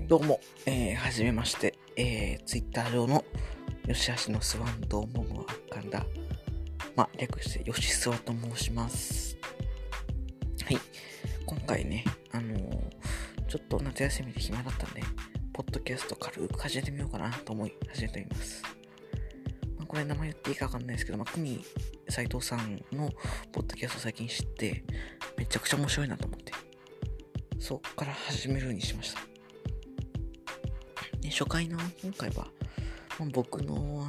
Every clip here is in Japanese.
どうも、はじめまして、ツイッター上の吉橋のスワンとモモアッカンダ、略してヨシスワと申します。はい、今回ね、ちょっと夏休みで暇だったんで、ポッドキャスト軽く始めてみようかなと思い始めてみます。これ名前言っていいかわかんないですけど、国斉藤さんのポッドキャストを最近知って、めちゃくちゃ面白いなと思って、そっから始めるようにしました。初回の今回は、僕の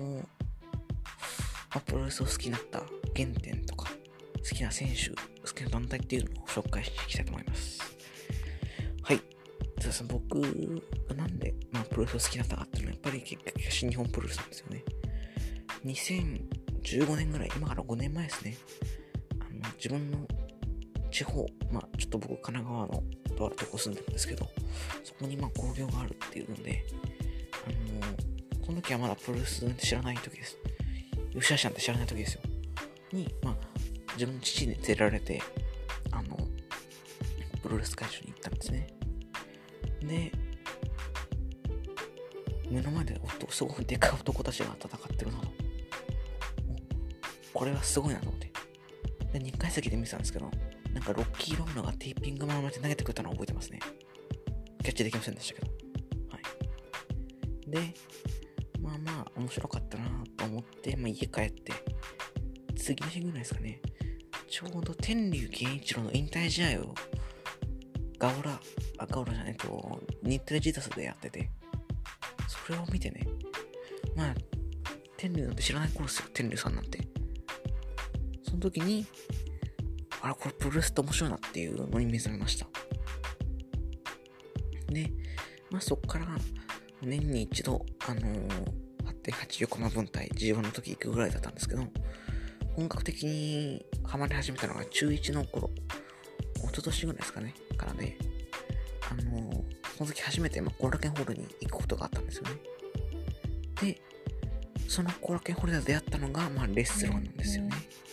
プロレスを好きになった原点とか、好きな選手、好きな団体っていうのを紹介していきたいと思います。はい。そうですね、僕がなんで、プロレスを好きになったかっていうのは、やっぱり結局新日本プロレスなんですよね。2015年ぐらい、今から5年前ですね。自分の地方、ちょっと僕神奈川のとあるとこ住んでるんですけど、そこに工業があるっていうので、その時はまだプロレスなんて知らない時です。吉橋なんて知らない時ですよ。に、自分の父に連れられて、プロレス会場に行ったんですね。で、目の前ですごくでかい男たちが戦ってるなと。これはすごいなと思って。で、2階席で見てたんですけど、ロッキーロムロがテーピングままで投げてくれたのを覚えてますね。キャッチできませんでしたけど。はい。で、面白かったなと思って、家帰って、次の日ぐらいですかね、ちょうど天竜源一郎の引退試合を、日テレジータスでやってて、それを見てね、天竜なんて知らない頃ですよ、天竜さんなんて。その時に、これプロレスって面白いなっていうのに目覚めました。で、そっから年に一度、8.8横浜分隊 G1 の時行くぐらいだったんですけど、本格的にハマり始めたのが中1の頃、一昨年ぐらいですかね、からで、その時初めて後楽園ホールに行くことがあったんですよね。で、その後楽園ホールで出会ったのが、レスラーなんですよね。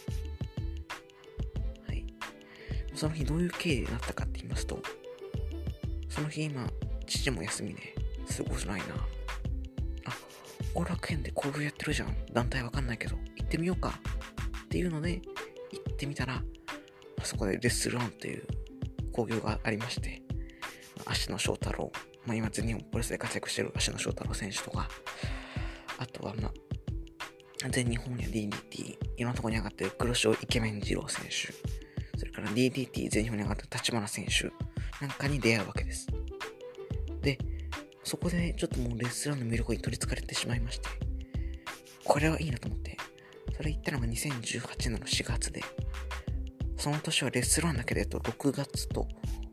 はい。その日どういう経緯になったかって言いますと、その日父も休みですごくないな。後楽園で交流やってるじゃん。団体わかんないけど、行ってみようか。っていうので、行ってみたら、そこでレスルオンっていう興行がありまして、芦野翔太郎、今全日本プロレスで活躍してる芦野翔太郎選手とか、あとは全日本や DDT、いろんなところに上がってる黒潮イケメン二郎選手、それから DDT 全日本に上がってる立花選手なんかに出会うわけです。で、そこでちょっともうレスラーの魅力に取り憑かれてしまいまして、これはいいなと思って、それ言ったのが2018年の4月で、その年はレスラーだけで6月と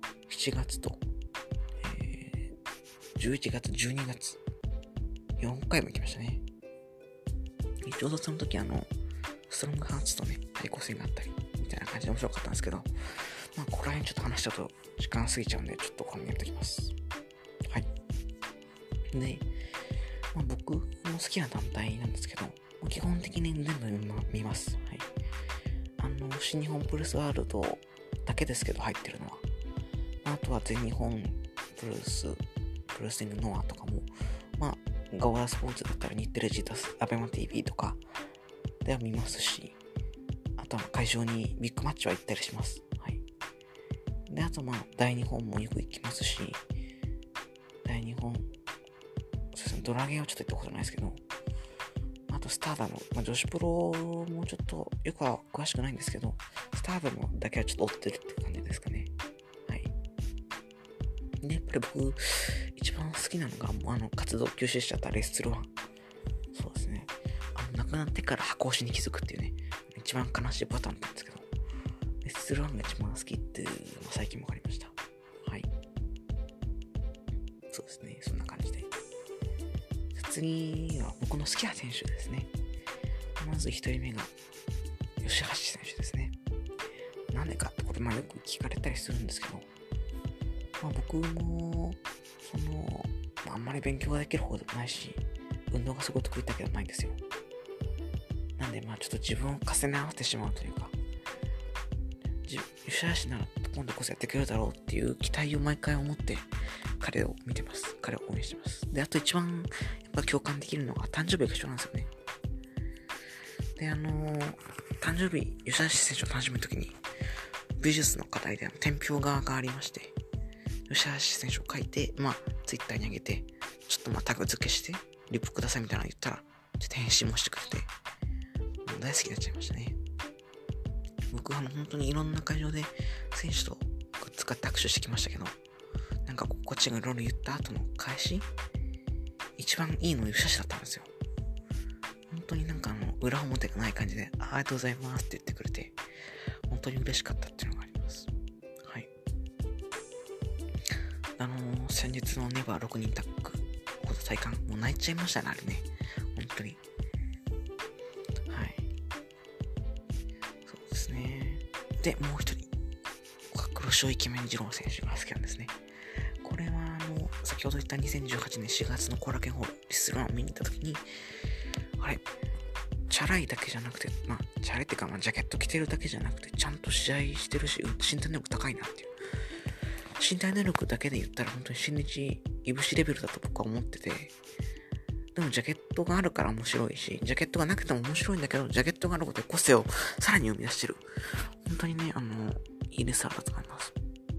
7月と、11月、12月、4回も行きましたね。ちょうどその時ストロングハーツとね、対抗戦があったり、みたいな感じで面白かったんですけど、ここら辺ちょっと話しちゃうと時間過ぎちゃうんで、ちょっとこれにやっておきます。はい。で、僕の好きな団体なんですけど、基本的に全部見ます。はい。新日本プロレスワールドだけですけど入ってるのは。あとは全日本プロレスリングノアとかも、ガオラスポーツだったら日テレジータス、アベマ TV とかでは見ますし、あとは会場にビッグマッチは行ったりします。はい。で、あと大日本もよく行きますし、大日本、そうですね、ドラゲーはちょっと行ったことないですけど、あとスターダム、女子プロもちょっとよくは詳しくないんですけど、スターダムだけはちょっと追ってるって感じですかね。はい。で、やっぱり僕、一番好きなのが、活動休止しちゃったレッスルワン。そうですね。亡くなってから箱推しに気づくっていうね、一番悲しいパターンなんですけど、レッスルワンが一番好きっていうのが最近分かりました。はい。そうですね、そんな感じで。次は僕の好きな選手ですね。まず一人目が吉橋選手ですね。なんでかってことよく聞かれたりするんですけど、僕もあんまり勉強ができる方でもないし、運動がすごい得意だけどないんですよ。なんでちょっと自分を重ね合わせてしまうというか、吉橋なら今度こそやってくれるだろうっていう期待を毎回思って彼を見てます。彼を応援してます。で、あと一番やっぱ共感できるのが誕生日が一緒なんですよね。で、誕生日、吉田選手の誕生日の時に美術の課題で天平画がありまして、吉田選手を書いて、ツイッターに上げて、ちょっとタグ付けして、リプくださいみたいなの言ったら、ちょっと返信もしてくれて、もう大好きになっちゃいましたね。僕は本当にいろんな会場で選手と使って握手してきましたけど、なんかこっちがいろいろ言った後の返し、一番いいの吉田だったんですよ。本当になんか裏表がない感じで、ありがとうございますって言ってくれて、本当に嬉しかったっていうのがあります。はい。先日のネバー6人タッグ、体感、もう泣いちゃいましたね、あれね。本当に。はい。そうですね。で、もう一人。黒潮イケメン二郎選手が好きなんですね。これは先ほど言った2018年4月の後楽園ホール、リスランを見に行った時に、あれ、チャラいだけじゃなくて、チャラいっていうか、ジャケット着てるだけじゃなくて、ちゃんと試合してるし、身体能力高いなっていう。身体能力だけで言ったら、本当に新日、いぶしレベルだと僕は思ってて、でもジャケットがあるから面白いし、ジャケットがなくても面白いんだけど、ジャケットがあることで個性をさらに生み出してる。本当にね、いいレスラーだと思います。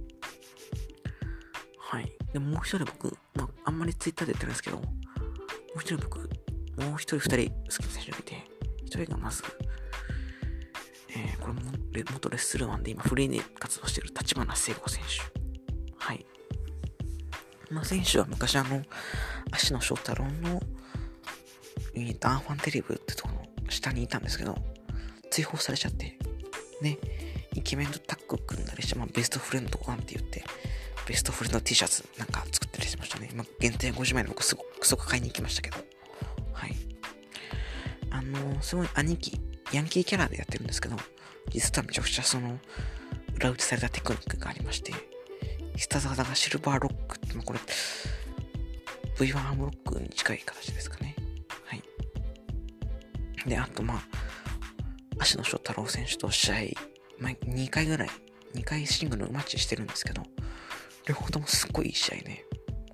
はい。でももう一人僕、あんまりツイッターで言ってないですけど、もう一人二人好きな選手がいて、一人がまず、これも元レッスルマンで今フリーで活動している立花聖子選手。はい。選手は昔芦野翔太郎のユニットアンファンテリブってところの下にいたんですけど、追放されちゃって、ね、イケメンとタッグ組んだりして、ベストフレンド1って言って、ベストフレンド T シャツなんか作ったりしてましたね。限定50枚で僕すごく買いに行きましたけど。はい。すごい兄貴、ヤンキーキャラでやってるんですけど、実はめちゃくちゃ裏打ちされたテクニックがありまして、下技がシルバーロックって、これ、V1 アームロックに近い形ですかね。はい。で、あと芦野翔太郎選手と試合、2回シングルマッチしてるんですけど、両方ともすっごいいい試合ね。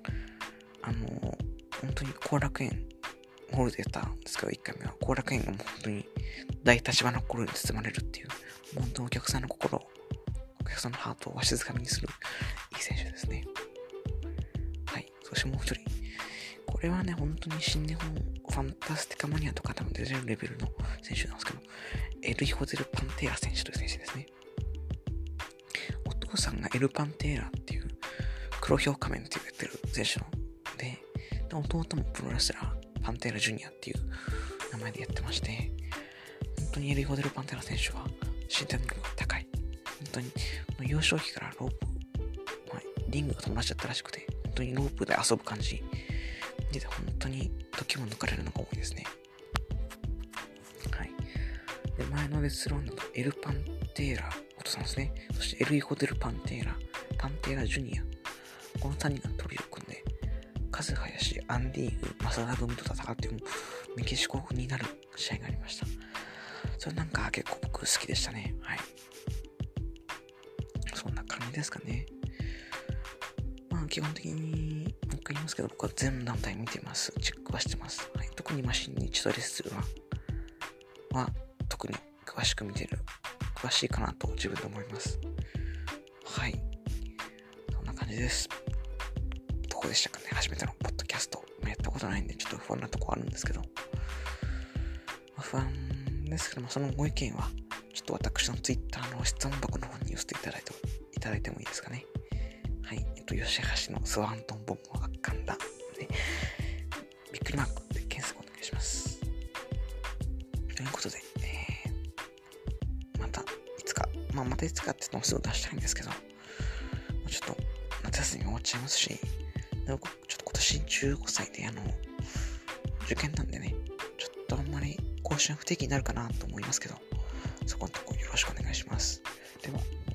本当に後楽園ホールでやったんですけど、1回目は後楽園がもう本当に大立花心に包まれるっていう、本当にお客さんの心、お客さんのハートをわしづかみにするいい選手ですね。はい。そしてもう一人。これはね、本当に新日本ファンタスティカマニアとかでも出れるレベルの選手なんですけど、エル・ホゼル・パンテーラ選手という選手ですね。お父さんがエル・パンテーラっていう黒ひょう仮面って言ってる選手で、弟もプロレスラー、パンテーラジュニアっていう名前でやってまして、本当にエル・ホゼル・パンテーラ選手は身体能力が高い。本当に幼少期からロープ、リングが友達だったらしくて、本当にロープで遊ぶ感じで本当に時を抜かれるのが多いですね。はい。で、前のレスロンだとエル・パンテーラお父さんですね。そしてエル・ホテル・パンテーラジュニア。この3人がトリを組んで、カズハヤシ、アンディーグ、マサダ組と戦ってメキシコになる試合がありました。それなんか結構僕好きでしたね。はい。そんな感じですかね。基本的に、もう一回言いますけど、僕は全団体見てます。チェックはしてます。はい、特に新日とレッスルは特に詳しいかなと自分で思います。はい。そんな感じです。どこでしたかね、初めてのポッドキャスト。やったことないんで、ちょっと不安なとこあるんですけど。不安ですけども、そのご意見は、ちょっと私の Twitter の質問箱の方に寄せていただいてもいいですかね。はい。吉橋のスワントンボンボン圧巻だ。で、びっくりマークで検索お願いします。ということで、またいつかって言ってもすぐ出したいんですけど、ちょっと夏休み終わっちゃいますし、でもちょっと今年15歳で受験なんでね、ちょっとあんまり更新不定期になるかなと思いますけど、そこのとこよろしくお願いします。では。